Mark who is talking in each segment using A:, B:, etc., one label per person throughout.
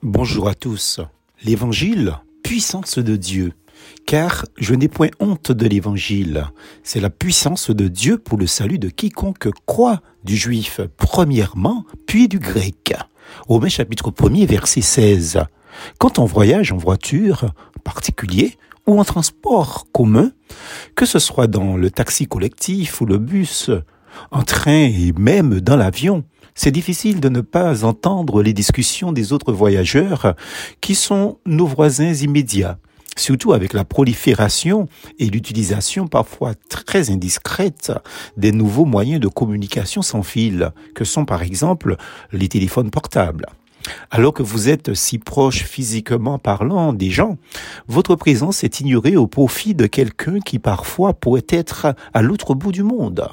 A: Bonjour à tous. L'Évangile, puissance de Dieu. Car je n'ai point honte de l'Évangile. C'est la puissance de Dieu pour le salut de quiconque croit, du juif premièrement, puis du grec. Romains chapitre 1er, verset 16. Quand on voyage en voiture, en particulier, ou en transport commun, que ce soit dans le taxi collectif ou le bus, en train et même dans l'avion, c'est difficile de ne pas entendre les discussions des autres voyageurs qui sont nos voisins immédiats, surtout avec la prolifération et l'utilisation parfois très indiscrète des nouveaux moyens de communication sans fil, que sont par exemple les téléphones portables. Alors que vous êtes si proche physiquement parlant des gens, votre présence est ignorée au profit de quelqu'un qui parfois pourrait être à l'autre bout du monde.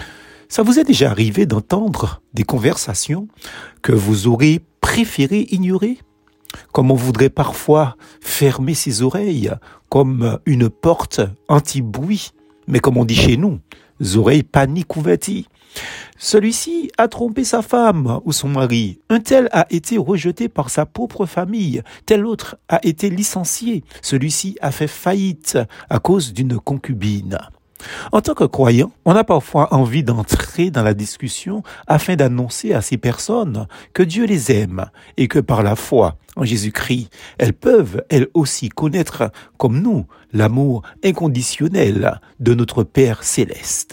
A: Ça vous est déjà arrivé d'entendre des conversations que vous aurez préféré ignorer? Comme on voudrait parfois fermer ses oreilles, comme une porte anti-bruit, mais comme on dit chez nous, oreilles paniques ouvertes. Celui-ci a trompé sa femme ou son mari. Un tel a été rejeté par sa propre famille. Tel autre a été licencié. Celui-ci a fait faillite à cause d'une concubine. En tant que croyant, on a parfois envie d'entrer dans la discussion afin d'annoncer à ces personnes que Dieu les aime et que par la foi en Jésus-Christ, elles peuvent elles aussi connaître comme nous l'amour inconditionnel de notre Père céleste.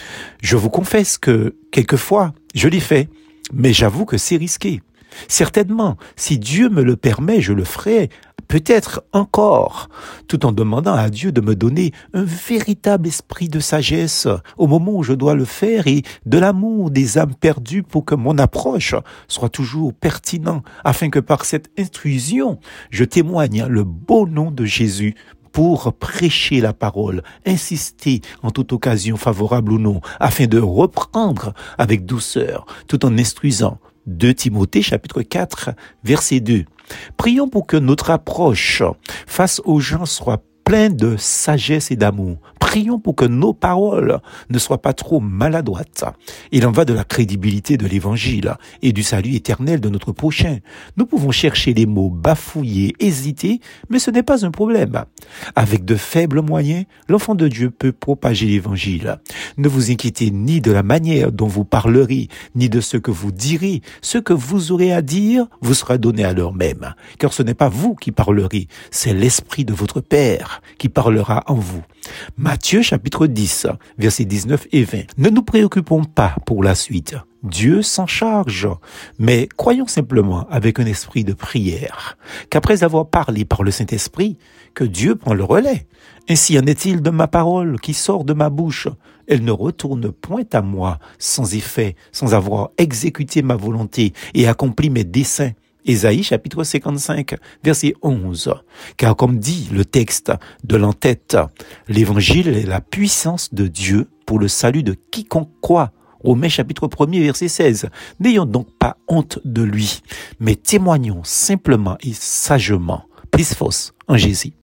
A: Je vous confesse que quelquefois, je l'ai fait, mais j'avoue que c'est risqué. Certainement, si Dieu me le permet, je le ferai, peut-être encore, tout en demandant à Dieu de me donner un véritable esprit de sagesse au moment où je dois le faire et de l'amour des âmes perdues pour que mon approche soit toujours pertinente, afin que par cette intrusion, je témoigne le beau nom de Jésus pour prêcher la parole, insister en toute occasion favorable ou non, afin de reprendre avec douceur, tout en instruisant. 2 Timothée chapitre 4 verset 2. Prions pour que notre approche face aux gens soit pleine de sagesse et d'amour. Prions pour que nos paroles ne soient pas trop maladroites. Il en va de la crédibilité de l'Évangile et du salut éternel de notre prochain. Nous pouvons chercher les mots, bafouiller, hésiter, mais ce n'est pas un problème. Avec de faibles moyens, l'enfant de Dieu peut propager l'Évangile. Ne vous inquiétez ni de la manière dont vous parlerez, ni de ce que vous direz. Ce que vous aurez à dire vous sera donné à l'heure même. Car ce n'est pas vous qui parlerez, c'est l'Esprit de votre Père qui parlera en vous. Matthieu chapitre 10, versets 19 et 20. Ne nous préoccupons pas pour la suite. Dieu s'en charge, mais croyons simplement avec un esprit de prière, qu'après avoir parlé par le Saint-Esprit, que Dieu prend le relais. Ainsi en est-il de ma parole qui sort de ma bouche. Elle ne retourne point à moi sans effet, sans avoir exécuté ma volonté et accompli mes desseins. Ésaïe chapitre 55, verset 11. Car comme dit le texte de l'entête, l'Évangile est la puissance de Dieu pour le salut de quiconque croit. Romains chapitre 1er, verset 16. N'ayons donc pas honte de lui, mais témoignons simplement et sagement, plus force en Jésus.